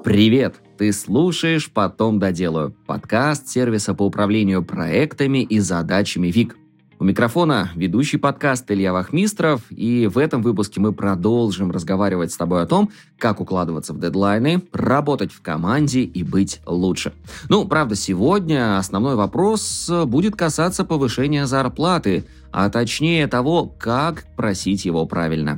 Привет! Ты слушаешь «Потом доделаю» – подкаст сервиса по управлению проектами и задачами ВИК. У микрофона ведущий подкаст Илья Вахмистров, и в этом выпуске мы продолжим разговаривать с тобой о том, как укладываться в дедлайны, работать в команде и быть лучше. Правда, сегодня основной вопрос будет касаться повышения зарплаты, а точнее того, как просить его правильно.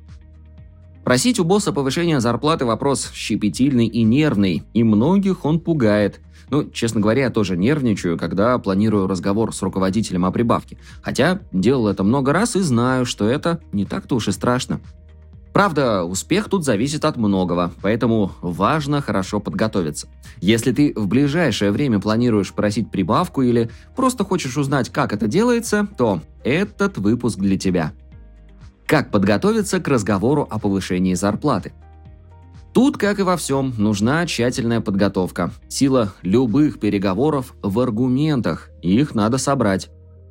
Просить у босса повышения зарплаты – вопрос щепетильный и нервный, и многих он пугает. Честно говоря, я тоже нервничаю, когда планирую разговор с руководителем о прибавке. Хотя делал это много раз и знаю, что это не так-то уж и страшно. Правда, успех тут зависит от многого, поэтому важно хорошо подготовиться. Если ты в ближайшее время планируешь просить прибавку или просто хочешь узнать, как это делается, то этот выпуск для тебя. Как подготовиться к разговору о повышении зарплаты? Тут, как и во всем, нужна тщательная подготовка. Сила любых переговоров в аргументах. Их надо собрать.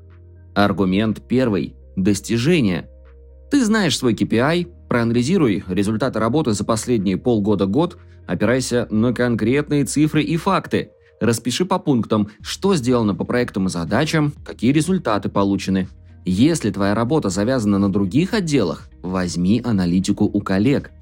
Аргумент первый. Достижение. Ты знаешь свой KPI, проанализируй результаты работы за последние полгода-год, опирайся на конкретные цифры и факты. Распиши по пунктам, что сделано по проектам и задачам, какие результаты получены. Если твоя работа завязана на других отделах, возьми аналитику у коллег.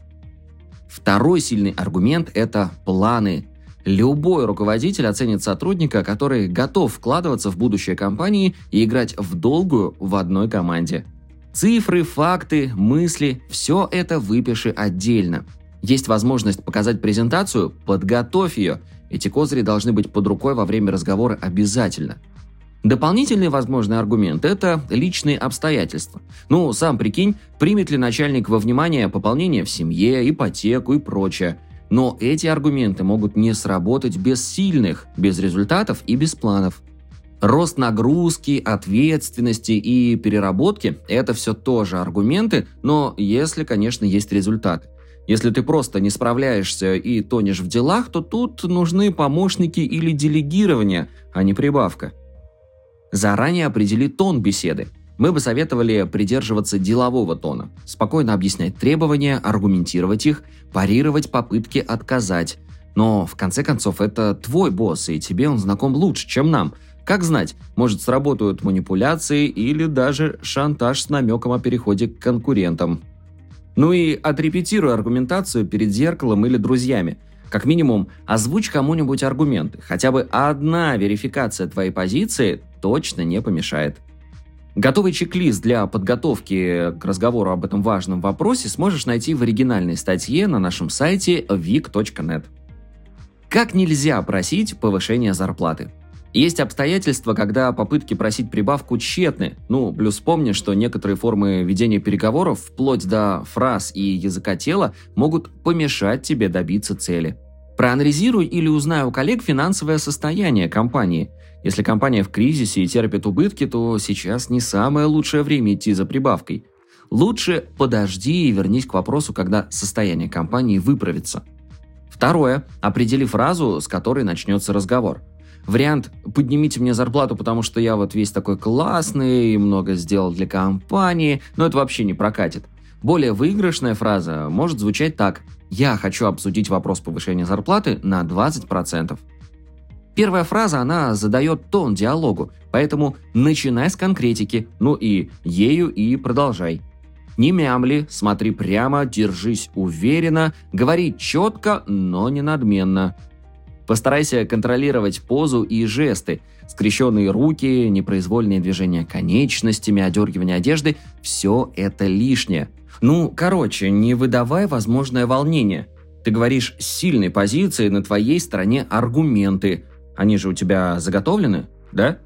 Второй сильный аргумент – это планы. Любой руководитель оценит сотрудника, который готов вкладываться в будущее компании и играть в долгую в одной команде. Цифры, факты, мысли – все это выпиши отдельно. Есть возможность показать презентацию – подготовь ее. Эти козыри должны быть под рукой во время разговора обязательно. Дополнительный возможный аргумент – это личные обстоятельства. Сам прикинь, примет ли начальник во внимание пополнение в семье, ипотеку и прочее. Но эти аргументы могут не сработать без сильных, без результатов и без планов. Рост нагрузки, ответственности и переработки – это все тоже аргументы, но если, конечно, есть результат. Если ты просто не справляешься и тонешь в делах, то тут нужны помощники или делегирование, а не прибавка. Заранее определи тон беседы. Мы бы советовали придерживаться делового тона, спокойно объяснять требования, аргументировать их, парировать попытки отказать. Но, в конце концов, это твой босс, и тебе он знаком лучше, чем нам. Как знать, может, сработают манипуляции или даже шантаж с намеком о переходе к конкурентам. И отрепетируй аргументацию перед зеркалом или друзьями. Как минимум, озвучь кому-нибудь аргументы. Хотя бы одна верификация твоей позиции точно не помешает. Готовый чек-лист для подготовки к разговору об этом важном вопросе сможешь найти в оригинальной статье на нашем сайте vic.net. Как нельзя просить повышения зарплаты? Есть обстоятельства, когда попытки просить прибавку тщетны. Плюс помни, что некоторые формы ведения переговоров, вплоть до фраз и языка тела, могут помешать тебе добиться цели. Проанализируй или узнай у коллег финансовое состояние компании. Если компания в кризисе и терпит убытки, то сейчас не самое лучшее время идти за прибавкой. Лучше подожди и вернись к вопросу, когда состояние компании выправится. Второе. Определи фразу, с которой начнется разговор. Вариант «поднимите мне зарплату, потому что я весь такой классный и много сделал для компании», это вообще не прокатит. Более выигрышная фраза может звучать так: «Я хочу обсудить вопрос повышения зарплаты на 20%. Первая фраза, она задает тон диалогу, поэтому начинай с конкретики, и ею и продолжай. Не мямли, смотри прямо, держись уверенно, говори четко, но не надменно. Постарайся контролировать позу и жесты. Скрещенные руки, непроизвольные движения конечностями, одергивание одежды – все это лишнее. Не выдавай возможное волнение. Ты говоришь с сильной позиции, на твоей стороне аргументы. Они же у тебя заготовлены, да?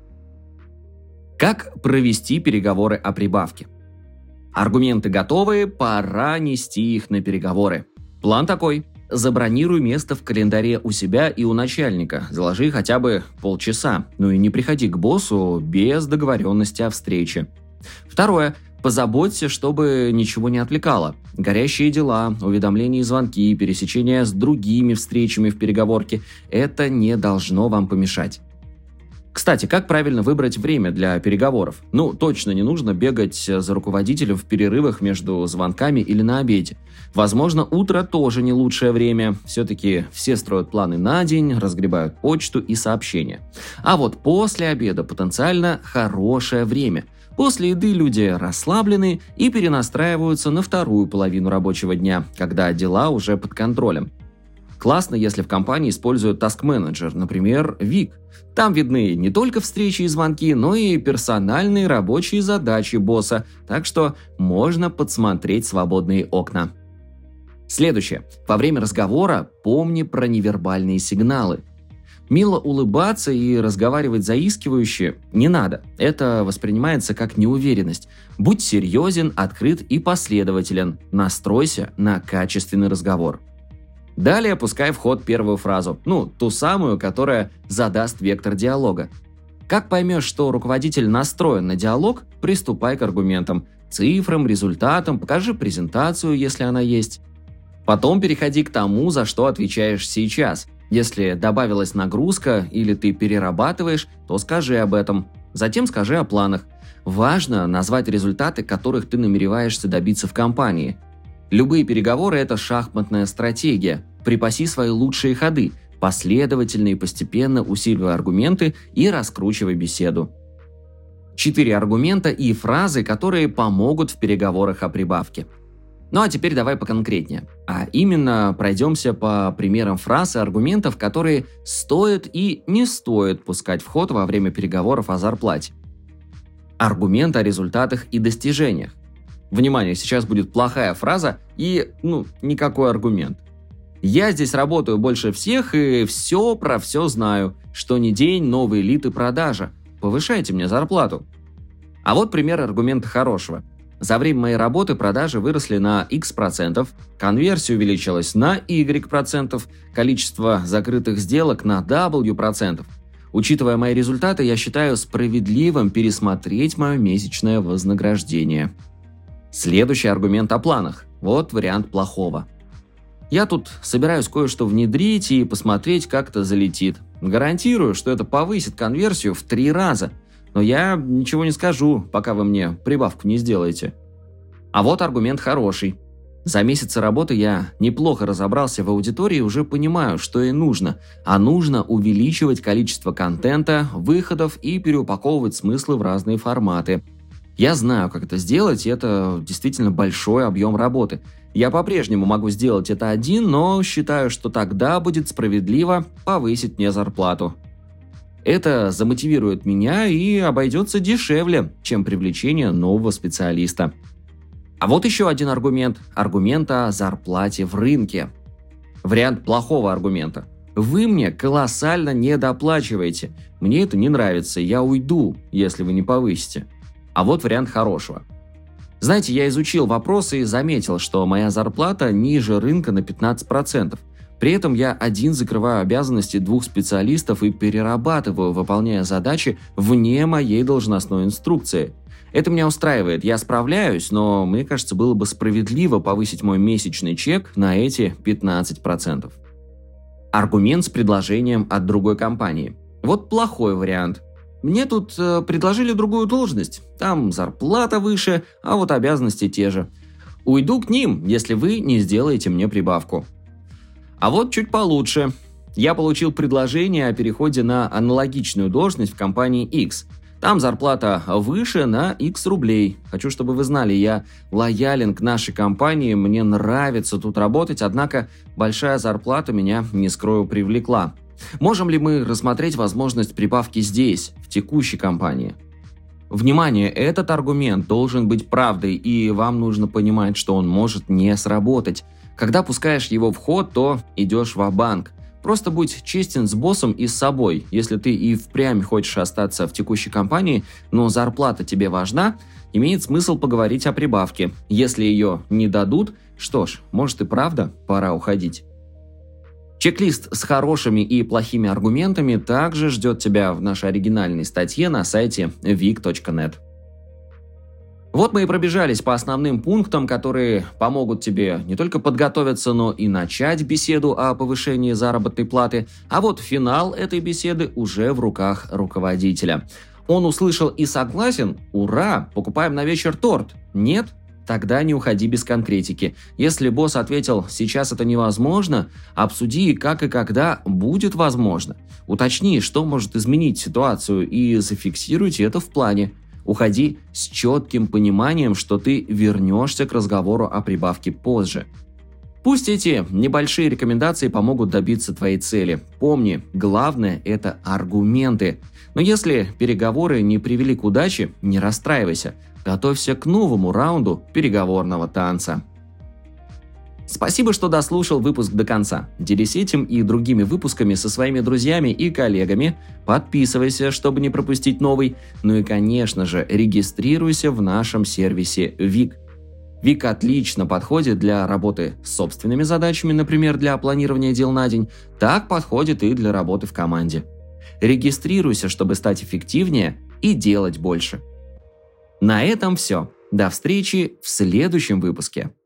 Как провести переговоры о прибавке? Аргументы готовы, пора нести их на переговоры. План такой. Забронируй место в календаре у себя и у начальника. Заложи хотя бы полчаса. И не приходи к боссу без договоренности о встрече. Второе. Позаботься, чтобы ничего не отвлекало. Горящие дела, уведомления и звонки, пересечения с другими встречами в переговорке – это не должно вам помешать. Кстати, как правильно выбрать время для переговоров? Точно не нужно бегать за руководителем в перерывах между звонками или на обеде. Возможно, утро тоже не лучшее время. Все-таки все строят планы на день, разгребают почту и сообщения. А вот после обеда потенциально хорошее время. После еды люди расслаблены и перенастраиваются на вторую половину рабочего дня, когда дела уже под контролем. Классно, если в компании используют Task Manager, например, Вик. Там видны не только встречи и звонки, но и персональные рабочие задачи босса, так что можно подсмотреть свободные окна. Следующее. Во время разговора помни про невербальные сигналы. Мило улыбаться и разговаривать заискивающе не надо. Это воспринимается как неуверенность. Будь серьезен, открыт и последователен. Настройся на качественный разговор. Далее пускай в ход первую фразу, ту самую, которая задаст вектор диалога. Как поймешь, что руководитель настроен на диалог, приступай к аргументам, цифрам, результатам, покажи презентацию, если она есть. Потом переходи к тому, за что отвечаешь сейчас. Если добавилась нагрузка или ты перерабатываешь, то скажи об этом. Затем скажи о планах. Важно назвать результаты, которых ты намереваешься добиться в компании. Любые переговоры – это шахматная стратегия. Припаси свои лучшие ходы, последовательно и постепенно усиливай аргументы и раскручивай беседу. 4 аргумента и фразы, которые помогут в переговорах о прибавке. А теперь давай поконкретнее. А именно пройдемся по примерам фраз и аргументов, которые стоит и не стоит пускать в ход во время переговоров о зарплате. Аргумент о результатах и достижениях. Внимание, сейчас будет плохая фраза и, никакой аргумент. Я здесь работаю больше всех и все про все знаю. Что ни день, новые лид и продажа. Повышайте мне зарплату. А вот пример аргумента хорошего. За время моей работы продажи выросли на X%, конверсия увеличилась на Y%, количество закрытых сделок на W%. Учитывая мои результаты, я считаю справедливым пересмотреть мое месячное вознаграждение. Следующий аргумент о планах. Вот вариант плохого. Я тут собираюсь кое-что внедрить и посмотреть, как это залетит. Гарантирую, что это повысит конверсию в 3 раза. Но я ничего не скажу, пока вы мне прибавку не сделаете. А вот аргумент хороший. За месяцы работы я неплохо разобрался в аудитории и уже понимаю, что ей нужно. А нужно увеличивать количество контента, выходов и переупаковывать смыслы в разные форматы. Я знаю, как это сделать, и это действительно большой объем работы. Я по-прежнему могу сделать это один, но считаю, что тогда будет справедливо повысить мне зарплату. Это замотивирует меня и обойдется дешевле, чем привлечение нового специалиста. А вот еще один аргумент. Аргумент о зарплате в рынке. Вариант плохого аргумента. Вы мне колоссально недоплачиваете. Мне это не нравится, я уйду, если вы не повысите. А вот вариант хорошего. Знаете, я изучил вопросы и заметил, что моя зарплата ниже рынка на 15%. При этом я один закрываю обязанности 2 специалистов и перерабатываю, выполняя задачи вне моей должностной инструкции. Это меня устраивает, я справляюсь, но мне кажется, было бы справедливо повысить мой месячный чек на эти 15%. Аргумент с предложением от другой компании. Вот плохой вариант. Мне тут предложили другую должность, там зарплата выше, а вот обязанности те же. Уйду к ним, если вы не сделаете мне прибавку. А вот чуть получше. Я получил предложение о переходе на аналогичную должность в компании X. Там зарплата выше на X рублей. Хочу, чтобы вы знали, я лоялен к нашей компании, мне нравится тут работать, однако большая зарплата меня, не скрою, привлекла. Можем ли мы рассмотреть возможность прибавки здесь, в текущей компании? Внимание, этот аргумент должен быть правдой, и вам нужно понимать, что он может не сработать. Когда пускаешь его в ход, то идешь ва-банк. Просто будь честен с боссом и с собой. Если ты и впрямь хочешь остаться в текущей компании, но зарплата тебе важна, имеет смысл поговорить о прибавке. Если ее не дадут, что ж, может и правда пора уходить. Чек-лист с хорошими и плохими аргументами также ждет тебя в нашей оригинальной статье на сайте vik.net. Вот мы и пробежались по основным пунктам, которые помогут тебе не только подготовиться, но и начать беседу о повышении заработной платы. А вот финал этой беседы уже в руках руководителя. Он услышал и согласен? Ура! Покупаем на вечер торт. Нет? Тогда не уходи без конкретики. Если босс ответил «сейчас это невозможно», обсуди, как и когда будет возможно. Уточни, что может изменить ситуацию, и зафиксируйте это в плане. Уходи с четким пониманием, что ты вернешься к разговору о прибавке позже. Пусть эти небольшие рекомендации помогут добиться твоей цели. Помни, главное – это аргументы. Но если переговоры не привели к удаче, не расстраивайся. Готовься к новому раунду переговорного танца. Спасибо, что дослушал выпуск до конца. Делись этим и другими выпусками со своими друзьями и коллегами. Подписывайся, чтобы не пропустить новый. Ну и, конечно же, регистрируйся в нашем сервисе Вик. Вик отлично подходит для работы с собственными задачами, например, для планирования дел на день. Так подходит и для работы в команде. Регистрируйся, чтобы стать эффективнее и делать больше. На этом все. До встречи в следующем выпуске.